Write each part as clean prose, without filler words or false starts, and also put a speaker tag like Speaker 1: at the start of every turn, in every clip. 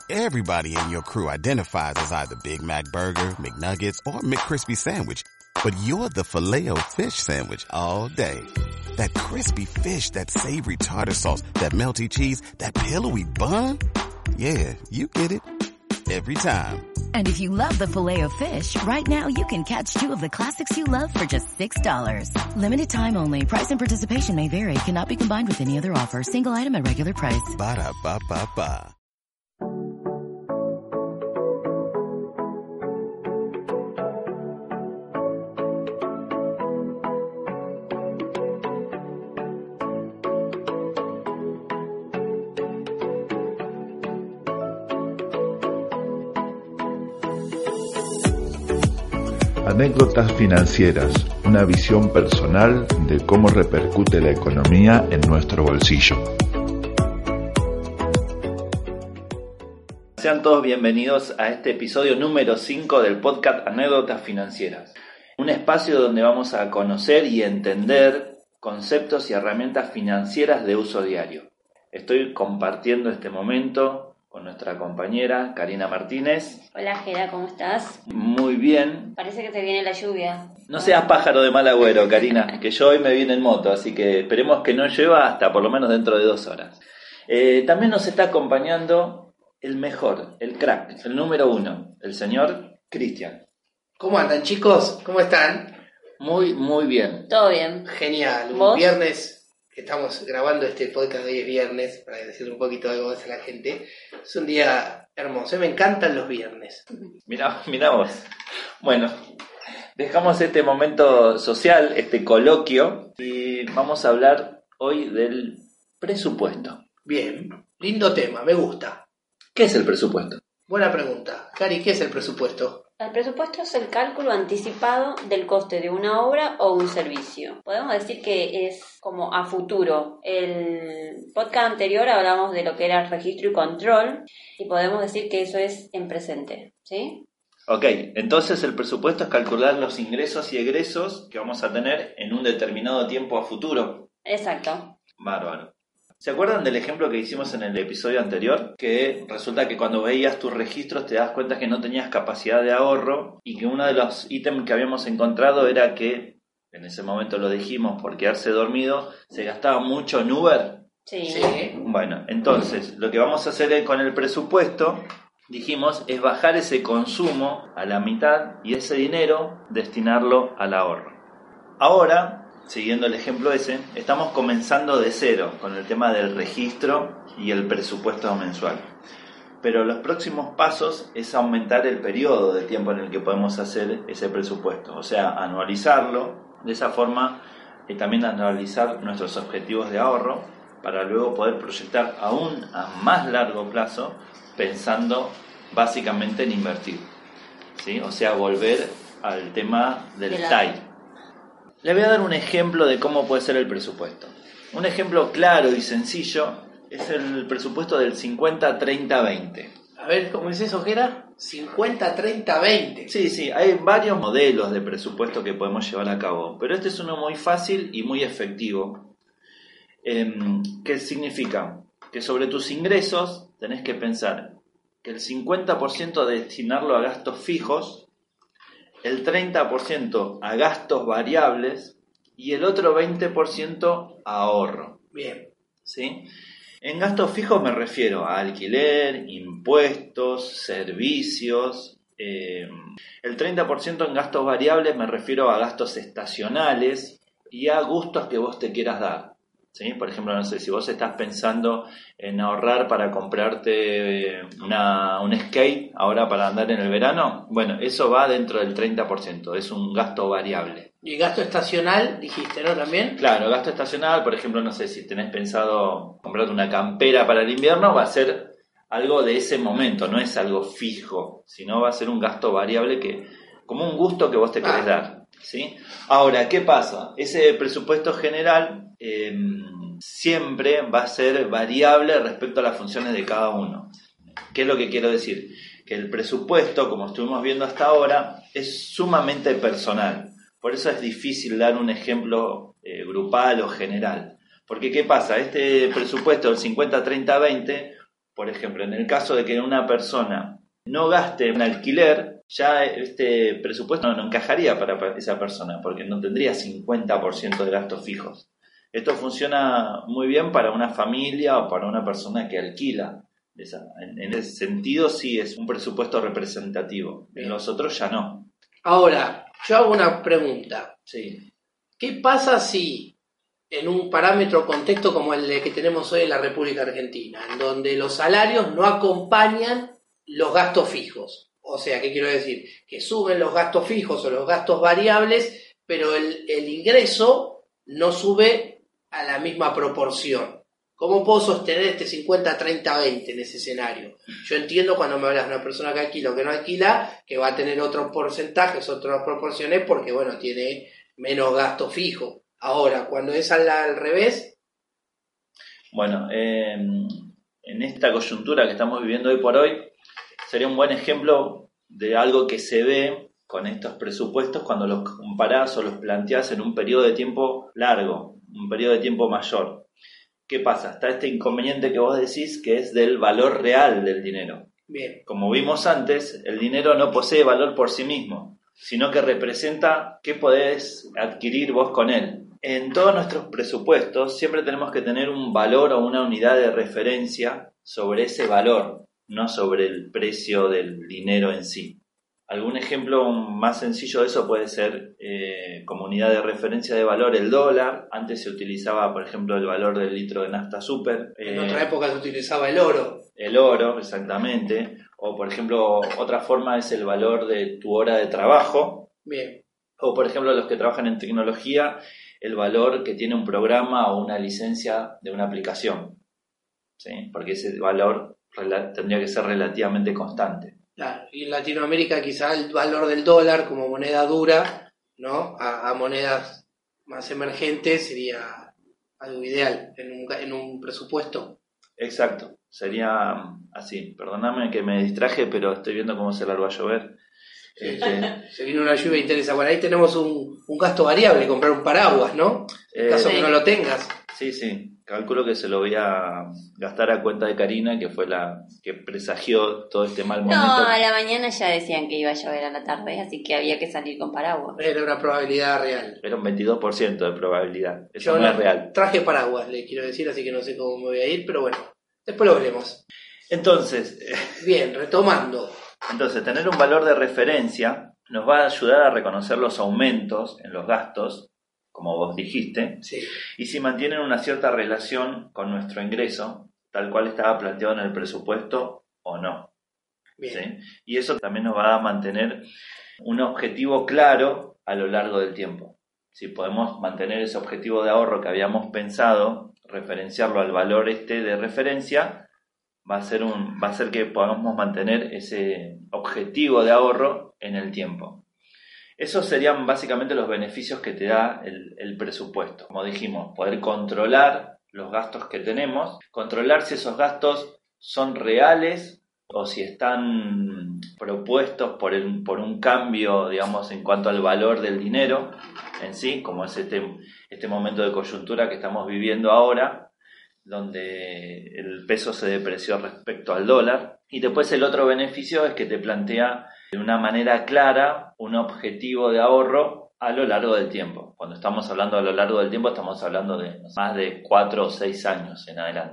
Speaker 1: Everybody in your crew identifies as either Big Mac Burger, McNuggets, or McCrispy Sandwich. But you're the Filet-O-Fish Sandwich all day. That crispy fish, that savory tartar sauce, that melty cheese, that pillowy bun. Yeah, you get it. Every time.
Speaker 2: And if you love the Filet-O-Fish, right now you can catch 2 of the classics you love for just $6. Limited time only. Price and participation may vary. Cannot be combined with any other offer. Single item at regular price.
Speaker 1: Ba-da-ba-ba-ba.
Speaker 3: Anécdotas financieras, una visión personal de cómo repercute la economía en nuestro bolsillo.
Speaker 4: Sean todos bienvenidos a este episodio número 5 del podcast Anécdotas Financieras. Un espacio donde vamos a conocer y entender conceptos y herramientas financieras de uso diario. Estoy compartiendo este momento con nuestra compañera Karina Martínez.
Speaker 5: Hola Gera, ¿cómo estás?
Speaker 4: Muy bien.
Speaker 5: Parece que te viene la lluvia.
Speaker 4: No seas pájaro de mal agüero, Karina, que yo hoy me vine en moto, así que esperemos que no llueva hasta por lo menos dentro de 2 horas. También nos está acompañando el mejor, el crack, el número 1, el señor Cristian.
Speaker 6: ¿Cómo andan, chicos? ¿Cómo están?
Speaker 4: Muy bien.
Speaker 5: Todo bien.
Speaker 6: Genial. Un
Speaker 5: ¿Vos?
Speaker 6: viernes que estamos grabando este podcast de hoy es viernes, para decirle un poquito algo más a la gente. Es un día hermoso. Me encantan los viernes.
Speaker 4: Mirá vos. Bueno, dejamos este momento social, este coloquio, y vamos a hablar hoy del presupuesto.
Speaker 6: Bien. Lindo tema. Me gusta.
Speaker 4: ¿Qué es el presupuesto?
Speaker 6: Buena pregunta. Cari, ¿qué es el presupuesto?
Speaker 5: El presupuesto es el cálculo anticipado del coste de una obra o un servicio. Podemos decir que es como a futuro. El podcast anterior hablamos de lo que era el registro y control y podemos decir que eso es en presente, ¿sí?
Speaker 4: Ok, entonces el presupuesto es calcular los ingresos y egresos que vamos a tener en un determinado tiempo a futuro.
Speaker 5: Exacto.
Speaker 4: Bárbaro. ¿Se acuerdan del ejemplo que hicimos en el episodio anterior? Que resulta que cuando veías tus registros te das cuenta que no tenías capacidad de ahorro y que uno de los ítems que habíamos encontrado era que, en ese momento lo dijimos, por quedarse dormido, se gastaba mucho en Uber.
Speaker 5: Sí.
Speaker 4: Bueno, entonces lo que vamos a hacer con el presupuesto, dijimos, es bajar ese consumo a la mitad y ese dinero destinarlo al ahorro. Ahora, siguiendo el ejemplo ese, estamos comenzando de cero con el tema del registro y el presupuesto mensual. Pero los próximos pasos es aumentar el periodo de tiempo en el que podemos hacer ese presupuesto, o sea, anualizarlo, de esa forma también anualizar nuestros objetivos de ahorro para luego poder proyectar aún a más largo plazo pensando básicamente en invertir, ¿sí? O sea, volver al tema del TAI. Le voy a dar un ejemplo de cómo puede ser el presupuesto. Un ejemplo claro y sencillo es el presupuesto del 50-30-20.
Speaker 6: A ver, ¿cómo es eso, Gera? 50-30-20.
Speaker 4: Sí, hay varios modelos de presupuesto que podemos llevar a cabo, pero este es uno muy fácil y muy efectivo. ¿Qué significa? Que sobre tus ingresos tenés que pensar que el 50% destinarlo a gastos fijos, el 30% a gastos variables y el otro 20% a ahorro.
Speaker 6: Bien.
Speaker 4: ¿Sí? En gastos fijos me refiero a alquiler, impuestos, servicios. El 30% en gastos variables me refiero a gastos estacionales y a gustos que vos te quieras dar. ¿Sí? Por ejemplo, no sé, si vos estás pensando en ahorrar para comprarte un skate ahora para andar en el verano, bueno, eso va dentro del 30%, es un gasto variable.
Speaker 6: ¿Y gasto estacional dijiste, no, también?
Speaker 4: Claro, gasto estacional, por ejemplo, no sé, si tenés pensado comprarte una campera para el invierno, va a ser algo de ese momento, no es algo fijo, sino va a ser un gasto variable que, como un gusto que vos te querés dar. ¿Sí? Ahora, ¿qué pasa? Ese presupuesto general siempre va a ser variable respecto a las funciones de cada uno. ¿Qué es lo que quiero decir? Que el presupuesto, como estuvimos viendo hasta ahora, es sumamente personal. Por eso es difícil dar un ejemplo grupal o general. Porque ¿qué pasa? Este presupuesto del 50-30-20 Por ejemplo, en el caso de que una persona no gaste en alquiler, ya este presupuesto no encajaría para esa persona, porque no tendría 50% de gastos fijos. Esto funciona muy bien para una familia o para una persona que alquila. En ese sentido sí es un presupuesto representativo. En los otros ya no.
Speaker 6: Ahora, yo hago una pregunta.
Speaker 4: Sí.
Speaker 6: ¿Qué pasa si en un parámetro contexto como el que tenemos hoy en la República Argentina, en donde los salarios no acompañan los gastos fijos? O sea, ¿qué quiero decir? Que suben los gastos fijos o los gastos variables, pero el ingreso no sube a la misma proporción. ¿Cómo puedo sostener este 50-30-20 en ese escenario? Yo entiendo cuando me hablas de una persona que alquila o que no alquila, que va a tener otros porcentajes, otras proporciones, porque, bueno, tiene menos gasto fijo. Ahora, cuando es al revés...
Speaker 4: Bueno, en esta coyuntura que estamos viviendo hoy por hoy, sería un buen ejemplo de algo que se ve con estos presupuestos cuando los comparás o los planteás en un periodo de tiempo largo, un periodo de tiempo mayor. ¿Qué pasa? Está este inconveniente que vos decís, que es del valor real del dinero.
Speaker 6: Bien.
Speaker 4: Como vimos antes, el dinero no posee valor por sí mismo, sino que representa qué podés adquirir vos con él. En todos nuestros presupuestos siempre tenemos que tener un valor o una unidad de referencia sobre ese valor, no sobre el precio del dinero en sí. Algún ejemplo más sencillo de eso puede ser como unidad de referencia de valor el dólar. Antes se utilizaba, por ejemplo, el valor del litro de nafta super.
Speaker 6: En otra época se utilizaba el oro.
Speaker 4: El oro, exactamente. O, por ejemplo, otra forma es el valor de tu hora de trabajo.
Speaker 6: Bien.
Speaker 4: O, por ejemplo, los que trabajan en tecnología, el valor que tiene un programa o una licencia de una aplicación. ¿Sí? Porque ese valor tendría que ser relativamente constante.
Speaker 6: Claro, y en Latinoamérica quizá el valor del dólar como moneda dura, ¿no? A monedas más emergentes sería algo ideal en un presupuesto.
Speaker 4: Exacto, sería así. Perdóname que me distraje, pero estoy viendo cómo se largó a llover.
Speaker 6: Se vino una lluvia intensa. Bueno, ahí tenemos un gasto variable, comprar un paraguas, ¿no? En caso que no lo tengas.
Speaker 4: Sí. Calculo que se lo voy a gastar a cuenta de Karina, que fue la que presagió todo este mal momento.
Speaker 5: No, a la mañana ya decían que iba a llover a la tarde, así que había que salir con paraguas.
Speaker 6: Era una probabilidad real.
Speaker 4: Era un 22% de probabilidad. Eso
Speaker 6: Yo
Speaker 4: no es real.
Speaker 6: Traje paraguas, le quiero decir, así que no sé cómo me voy a ir, pero bueno, después lo veremos.
Speaker 4: Entonces,
Speaker 6: bien, retomando.
Speaker 4: Entonces, tener un valor de referencia nos va a ayudar a reconocer los aumentos en los gastos, como vos dijiste,
Speaker 6: sí.
Speaker 4: Y si mantienen una cierta relación con nuestro ingreso, tal cual estaba planteado en el presupuesto o no.
Speaker 6: Bien.
Speaker 4: ¿Sí? Y eso también nos va a mantener un objetivo claro a lo largo del tiempo. Si podemos mantener ese objetivo de ahorro que habíamos pensado, referenciarlo al valor de referencia, va a ser que podamos mantener ese objetivo de ahorro en el tiempo. Esos serían básicamente los beneficios que te da el presupuesto. Como dijimos, poder controlar los gastos que tenemos, controlar si esos gastos son reales o si están propuestos por un cambio, digamos, en cuanto al valor del dinero en sí, como es este momento de coyuntura que estamos viviendo ahora, donde el peso se depreció respecto al dólar. Y después el otro beneficio es que te plantea de una manera clara un objetivo de ahorro a lo largo del tiempo. Cuando estamos hablando a lo largo del tiempo, estamos hablando de más de 4 o 6 años en adelante.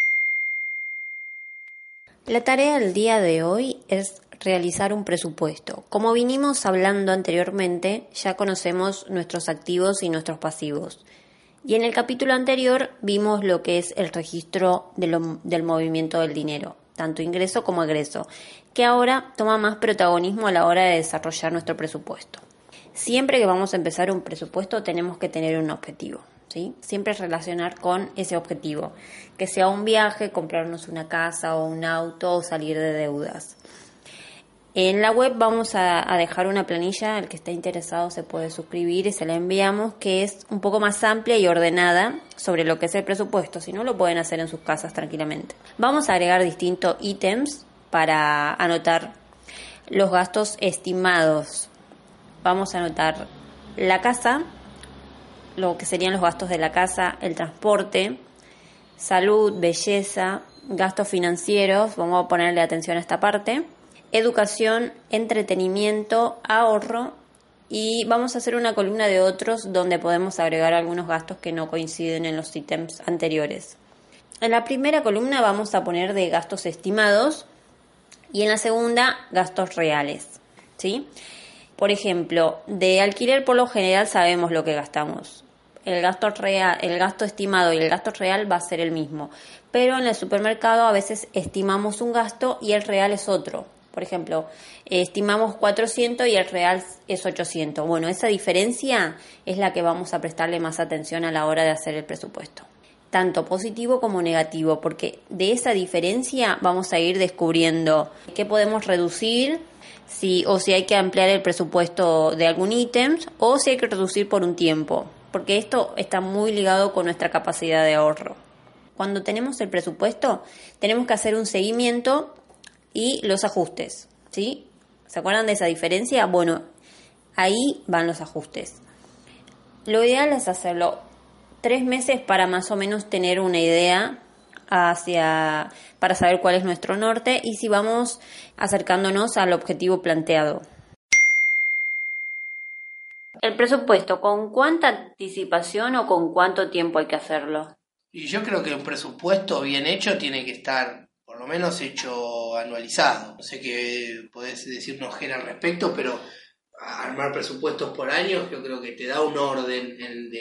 Speaker 5: La tarea del día de hoy es realizar un presupuesto. Como vinimos hablando anteriormente, ya conocemos nuestros activos y nuestros pasivos. Y en el capítulo anterior vimos lo que es el registro del movimiento del dinero, tanto ingreso como egreso, que ahora toma más protagonismo a la hora de desarrollar nuestro presupuesto. Siempre que vamos a empezar un presupuesto tenemos que tener un objetivo, ¿sí? Siempre relacionar con ese objetivo, que sea un viaje, comprarnos una casa o un auto o salir de deudas. En la web vamos a dejar una planilla, el que esté interesado se puede suscribir y se la enviamos, que es un poco más amplia y ordenada sobre lo que es el presupuesto, si no lo pueden hacer en sus casas tranquilamente. Vamos a agregar distintos ítems para anotar los gastos estimados. Vamos a anotar la casa, lo que serían los gastos de la casa, el transporte, salud, belleza, gastos financieros, vamos a ponerle atención a esta parte, educación, entretenimiento, ahorro, y vamos a hacer una columna de otros donde podemos agregar algunos gastos que no coinciden en los ítems anteriores. En la primera columna vamos a poner de gastos estimados y en la segunda gastos reales, ¿sí? Por ejemplo, de alquiler por lo general sabemos lo que gastamos. El gasto real, el gasto estimado y el gasto real va a ser el mismo, pero en el supermercado a veces estimamos un gasto y el real es otro. Por ejemplo, estimamos 400 y el real es 800. Bueno, esa diferencia es la que vamos a prestarle más atención a la hora de hacer el presupuesto, tanto positivo como negativo, porque de esa diferencia vamos a ir descubriendo qué podemos reducir, si hay que ampliar el presupuesto de algún ítem o si hay que reducir por un tiempo, porque esto está muy ligado con nuestra capacidad de ahorro. Cuando tenemos el presupuesto, tenemos que hacer un seguimiento y los ajustes, ¿sí? ¿Se acuerdan de esa diferencia? Bueno, ahí van los ajustes. Lo ideal es hacerlo 3 meses para más o menos tener una idea para saber cuál es nuestro norte y si vamos acercándonos al objetivo planteado. El presupuesto, ¿con cuánta anticipación o con cuánto tiempo hay que hacerlo?
Speaker 6: Y yo creo que un presupuesto bien hecho tiene que estar por lo menos hecho anualizado. No sé qué podés decirnos, Gera, al respecto, pero armar presupuestos por año yo creo que te da un orden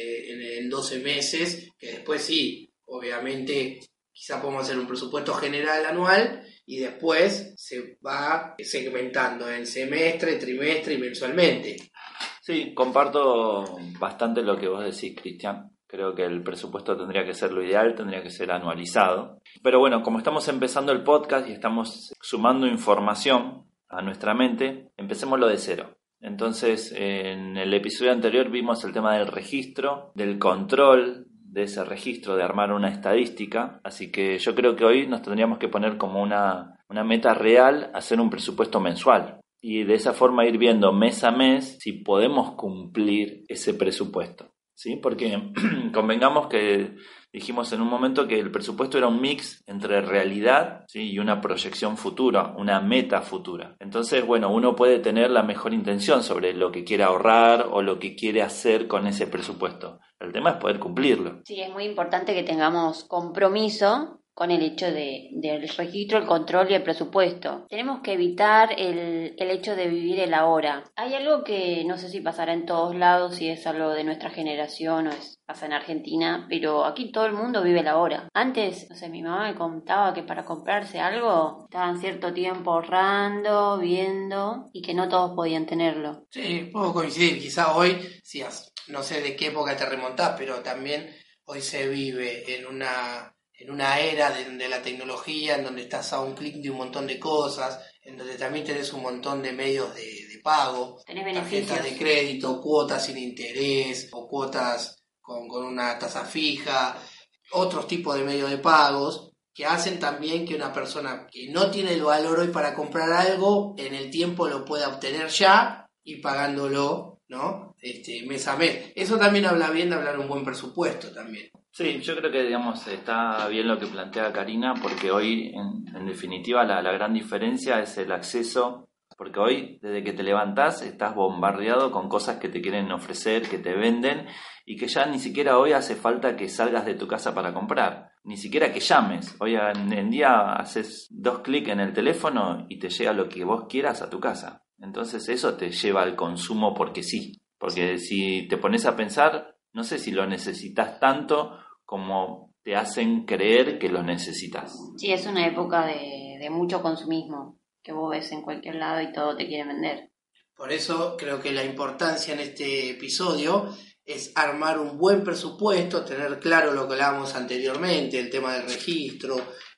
Speaker 6: en 12 meses, que después sí, obviamente quizá podemos hacer un presupuesto general anual y después se va segmentando en semestre, trimestre y mensualmente.
Speaker 4: Sí, comparto bastante lo que vos decís, Cristian. Creo que el presupuesto tendría que ser lo ideal, tendría que ser anualizado. Pero bueno, como estamos empezando el podcast y estamos sumando información a nuestra mente, empecémoslo de cero. Entonces, en el episodio anterior vimos el tema del registro, del control de ese registro, de armar una estadística. Así que yo creo que hoy nos tendríamos que poner como una meta real, hacer un presupuesto mensual. Y de esa forma ir viendo mes a mes si podemos cumplir ese presupuesto. ¿Sí? Porque convengamos que dijimos en un momento que el presupuesto era un mix entre realidad, ¿sí? y una proyección futura, una meta futura. Entonces, bueno, uno puede tener la mejor intención sobre lo que quiere ahorrar o lo que quiere hacer con ese presupuesto. El tema es poder cumplirlo.
Speaker 5: Sí, es muy importante que tengamos compromiso con el hecho del registro, el control y el presupuesto. Tenemos que evitar el hecho de vivir el ahora. Hay algo que no sé si pasará en todos lados, si es algo de nuestra generación o pasa en Argentina, pero aquí todo el mundo vive el ahora. Antes, no sé, mi mamá me contaba que para comprarse algo estaban cierto tiempo ahorrando, viendo, y que no todos podían tenerlo.
Speaker 6: Sí, puedo coincidir. Quizá hoy, si no sé de qué época te remontás, pero también hoy se vive en una era de la tecnología, en donde estás a un clic de un montón de cosas, en donde también tenés un montón de medios de pago,
Speaker 5: tenés beneficios,
Speaker 6: tarjetas de crédito, cuotas sin interés o cuotas con una tasa fija, otros tipos de medios de pagos que hacen también que una persona que no tiene el valor hoy para comprar algo, en el tiempo lo pueda obtener ya y pagándolo, ¿no? Mes a mes. Eso también habla bien de hablar un buen presupuesto también.
Speaker 4: Sí, yo creo que está bien lo que plantea Karina, porque hoy en definitiva la gran diferencia es el acceso, porque hoy desde que te levantás estás bombardeado con cosas que te quieren ofrecer, que te venden y que ya ni siquiera hoy hace falta que salgas de tu casa para comprar, ni siquiera que llames. Hoy en día haces 2 clics en el teléfono y te llega lo que vos quieras a tu casa. Entonces eso te lleva al consumo porque sí, porque si te pones a pensar, no sé si lo necesitas tanto como te hacen creer que lo necesitas.
Speaker 5: Sí, es una época de mucho consumismo, que vos ves en cualquier lado y todo te quieren vender.
Speaker 6: Por eso creo que la importancia en este episodio es armar un buen presupuesto, tener claro lo que hablábamos anteriormente, el tema del registro,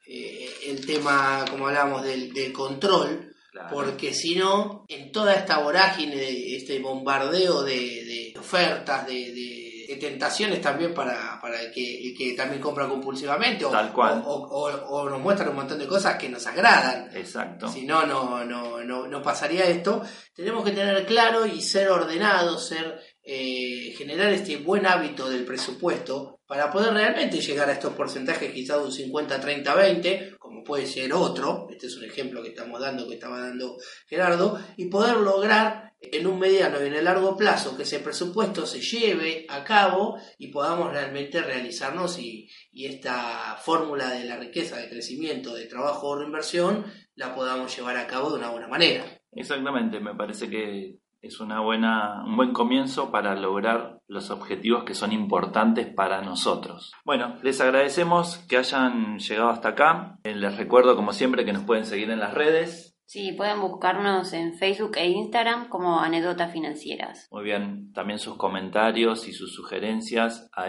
Speaker 6: el tema, como hablábamos, del control. Claro. Porque si no, en toda esta vorágine, este bombardeo de ofertas, de tentaciones también para el que también compra compulsivamente o nos muestran un montón de cosas que nos agradan.
Speaker 4: Exacto.
Speaker 6: Si no pasaría esto. Tenemos que tener claro y ser ordenados, ser generar este buen hábito del presupuesto para poder realmente llegar a estos porcentajes, quizás de un 50, 30, 20, como puede ser otro, este es un ejemplo que estamos dando, que estaba dando Gerardo, y poder lograr en un mediano y en el largo plazo que ese presupuesto se lleve a cabo y podamos realmente realizarnos y esta fórmula de la riqueza, de crecimiento, de trabajo, ahorro, inversión, la podamos llevar a cabo de una buena manera.
Speaker 4: Exactamente, me parece que es un buen comienzo para lograr los objetivos que son importantes para nosotros. Bueno, les agradecemos que hayan llegado hasta acá. Les recuerdo, como siempre, que nos pueden seguir en las redes.
Speaker 5: Sí, pueden buscarnos en Facebook e Instagram como Anécdotas Financieras.
Speaker 4: Muy bien, también sus comentarios y sus sugerencias a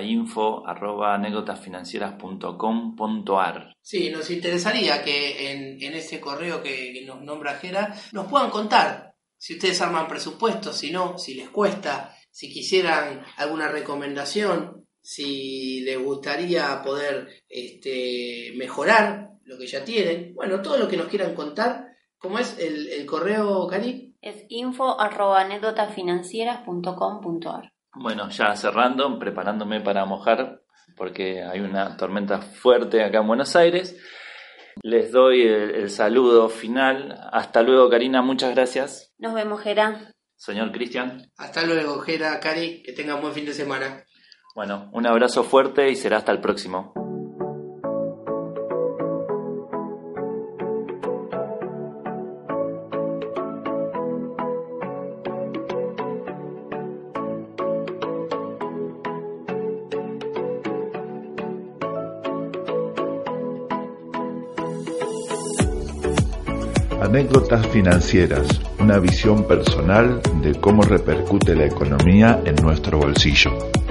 Speaker 4: info@anécdotasfinancieras.com.ar.
Speaker 6: Sí, nos interesaría que en ese correo que nos nombra Gera nos puedan contar si ustedes arman presupuestos, si no, si les cuesta, si quisieran alguna recomendación, si les gustaría poder mejorar lo que ya tienen. Bueno, todo lo que nos quieran contar. ¿Cómo es el correo, Cari?
Speaker 5: Es info@anécdotasfinancieras.com.ar.
Speaker 4: Bueno, ya cerrando, preparándome para mojar, porque hay una tormenta fuerte acá en Buenos Aires. Les doy el saludo final. Hasta luego, Karina, muchas gracias.
Speaker 5: Nos vemos, Gera.
Speaker 4: Señor Cristian.
Speaker 6: Hasta luego, Gera, Cari, que tengan buen fin de semana.
Speaker 4: Bueno, un abrazo fuerte y será hasta el próximo.
Speaker 3: Anécdotas financieras, una visión personal de cómo repercute la economía en nuestro bolsillo.